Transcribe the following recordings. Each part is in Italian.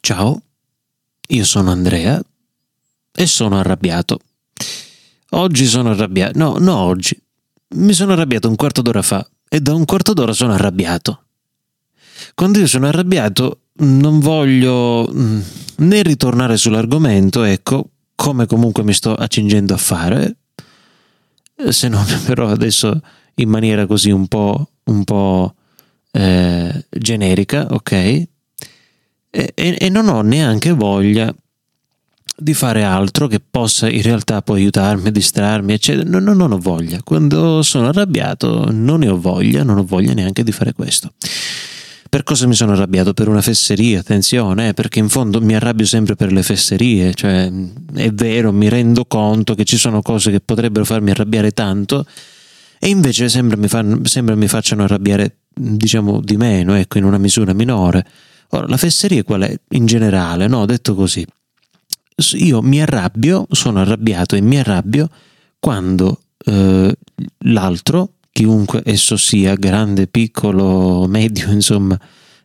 Ciao, io sono Andrea e sono arrabbiato. Oggi sono arrabbiato. No, oggi. Mi sono arrabbiato un quarto d'ora fa e da un quarto d'ora sono arrabbiato. Quando io sono arrabbiato non voglio né ritornare sull'argomento, ecco, come comunque mi sto accingendo a fare, se non però adesso in maniera così un po' generica, ok? E non ho neanche voglia di fare altro che possa in realtà poi aiutarmi, distrarmi, eccetera. Non ho voglia. Quando sono arrabbiato non ne ho voglia, non ho voglia neanche di fare questo. Per cosa mi sono arrabbiato? Per una fesseria, attenzione, perché in fondo mi arrabbio sempre per le fesserie, cioè è vero, mi rendo conto che ci sono cose che potrebbero farmi arrabbiare tanto e invece sembra mi facciano arrabbiare, diciamo, di meno, ecco, in una misura minore. Ora, la fesseria qual è? In generale, no? Detto così, io mi arrabbio, sono arrabbiato e mi arrabbio quando l'altro, chiunque esso sia, grande, piccolo, medio, insomma,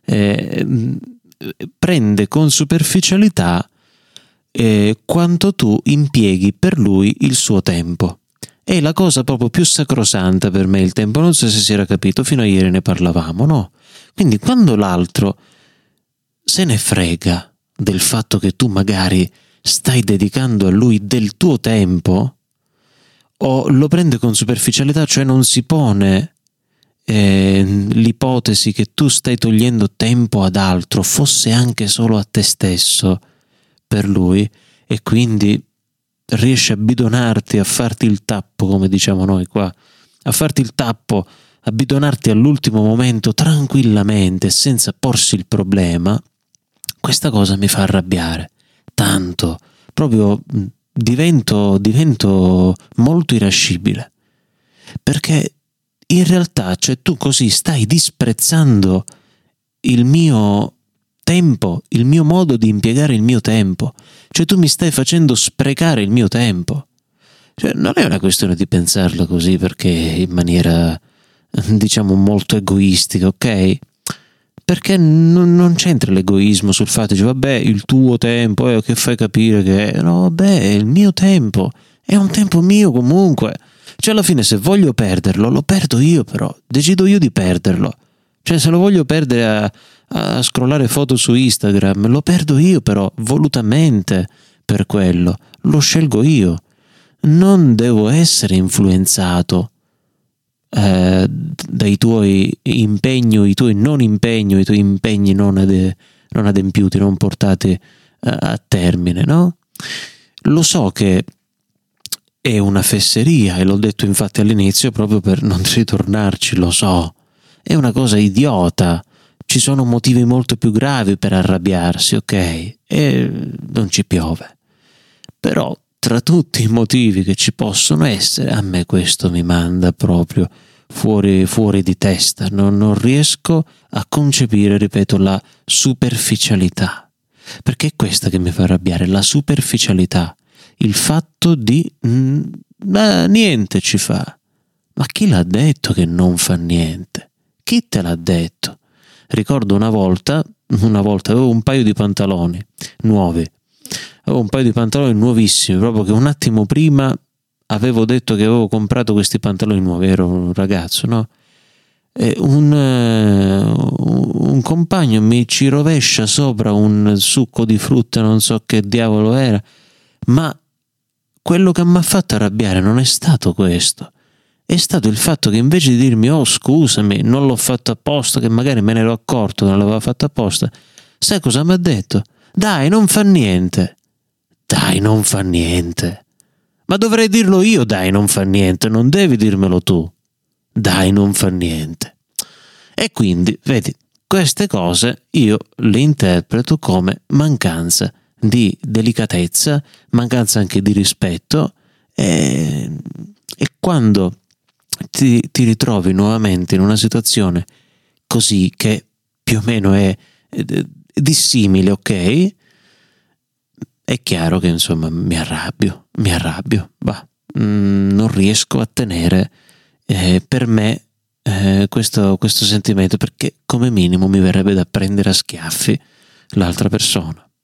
prende con superficialità quanto tu impieghi per lui il suo tempo. È la cosa proprio più sacrosanta per me il tempo, non so se si era capito, fino a ieri ne parlavamo, no? Quindi quando l'altro se ne frega del fatto che tu magari stai dedicando a lui del tuo tempo, o lo prende con superficialità, cioè non si pone l'ipotesi che tu stai togliendo tempo ad altro, fosse anche solo a te stesso, per lui, e quindi riesce a bidonarti, a farti il tappo, come diciamo noi qua, a farti il tappo, a bidonarti all'ultimo momento tranquillamente, senza porsi il problema. Questa cosa mi fa arrabbiare tanto, proprio divento molto irascibile, perché in realtà, cioè, tu così stai disprezzando il mio tempo, il mio modo di impiegare il mio tempo, cioè tu mi stai facendo sprecare il mio tempo. Cioè, non è una questione di pensarla così perché in maniera, diciamo, molto egoistica, ok? Perché non c'entra l'egoismo sul fatto di vabbè, il tuo tempo, che fai capire che no, vabbè, il mio tempo è un tempo mio comunque. Cioè, alla fine, se voglio perderlo, lo perdo io, però decido io di perderlo. Cioè, se lo voglio perdere a scrollare foto su Instagram, lo perdo io, però volutamente per quello, lo scelgo io. Non devo essere influenzato dai tuoi impegni, i tuoi non impegni non adempiuti, non portati a termine, no? Lo so che è una fesseria e l'ho detto infatti all'inizio proprio per non ritornarci, lo so, è una cosa idiota, ci sono motivi molto più gravi per arrabbiarsi, ok? E non ci piove, però tra tutti i motivi che ci possono essere, a me questo mi manda proprio fuori di testa. Non riesco a concepire, ripeto, la superficialità, perché è questa che mi fa arrabbiare, la superficialità, il fatto di niente ci fa. Ma chi l'ha detto che non fa niente? Chi te l'ha detto? Ricordo una volta avevo un paio di pantaloni nuovi, nuovissimi, proprio che un attimo prima avevo detto che avevo comprato questi pantaloni nuovi, ero un ragazzo, no? E un compagno mi ci rovescia sopra un succo di frutta, non so che diavolo era, ma quello che mi ha fatto arrabbiare non è stato questo, è stato il fatto che invece di dirmi oh scusami, non l'ho fatto apposta, che magari me ne ero accorto che non l'aveva fatto apposta, sai cosa mi ha detto? Dai, non fa niente. Ma dovrei dirlo io, dai, non fa niente, non devi dirmelo tu. Dai, non fa niente. E quindi, vedi, queste cose io le interpreto come mancanza di delicatezza, mancanza anche di rispetto, e quando ti ritrovi nuovamente in una situazione così, che più o meno è dissimile, ok? È chiaro che insomma mi arrabbio, non riesco a tenere per me questo sentimento, perché come minimo mi verrebbe da prendere a schiaffi l'altra persona.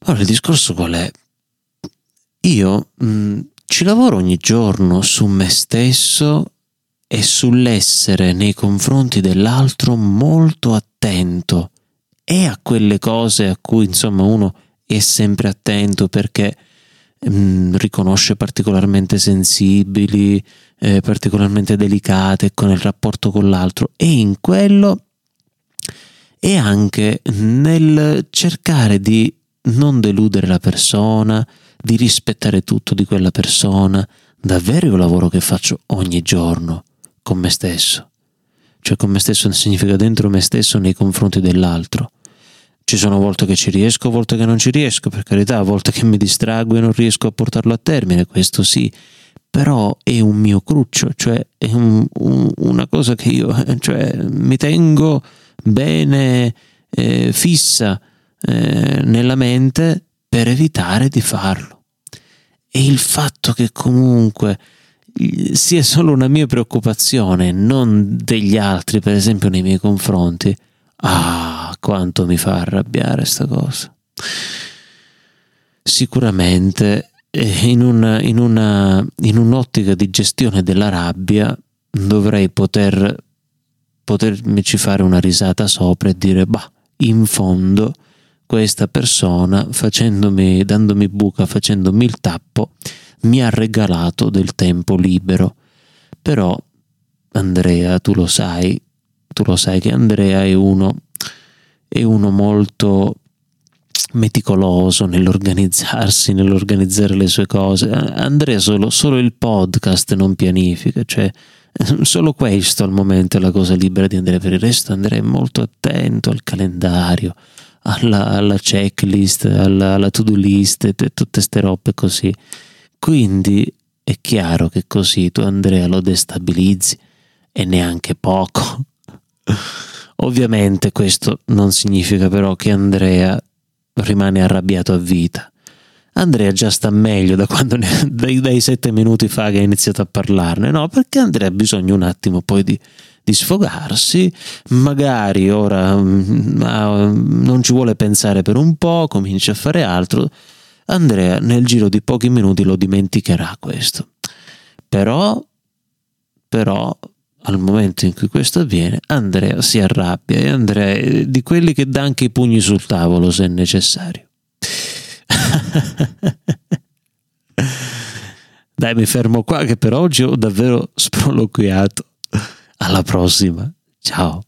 Allora, il discorso qual è? Io ci lavoro ogni giorno su me stesso e sull'essere nei confronti dell'altro molto attento e a quelle cose a cui insomma uno è sempre attento perché riconosce particolarmente sensibili, particolarmente delicate con il rapporto con l'altro, e in quello e anche nel cercare di non deludere la persona, di rispettare tutto di quella persona. Davvero è un lavoro che faccio ogni giorno con me stesso, cioè con me stesso significa dentro me stesso nei confronti dell'altro. Ci sono volte che ci riesco, volte che non ci riesco, per carità, volte che mi distraggo e non riesco a portarlo a termine, questo sì, però è un mio cruccio, cioè è una cosa che io mi tengo bene fissa nella mente per evitare di farlo. E il fatto che comunque sia solo una mia preoccupazione, non degli altri, per esempio nei miei confronti, quanto mi fa arrabbiare sta cosa. Sicuramente in un'ottica di gestione della rabbia dovrei potermici fare una risata sopra e dire in fondo questa persona, dandomi buca, facendomi il tappo, mi ha regalato del tempo libero. Però Andrea, tu lo sai che Andrea è uno molto meticoloso nell'organizzarsi, nell'organizzare le sue cose. Andrea solo il podcast non pianifica, cioè solo questo al momento è la cosa libera di Andrea. Per il resto Andrea è molto attento al calendario, alla checklist, alla to-do list e tutte ste robe così. Quindi è chiaro che così tu Andrea lo destabilizzi, e neanche poco. Ovviamente questo non significa però che Andrea rimane arrabbiato a vita. Andrea già sta meglio da quando dai 7 minuti fa che ha iniziato a parlarne, no? Perché Andrea ha bisogno un attimo poi di sfogarsi, magari ora non ci vuole pensare per un po', comincia a fare altro. Andrea nel giro di pochi minuti lo dimenticherà questo. Però al momento in cui questo avviene, Andrea si arrabbia, e Andrea è di quelli che dà anche i pugni sul tavolo se è necessario. Dai, mi fermo qua che per oggi ho davvero sproloquiato. Alla prossima, ciao.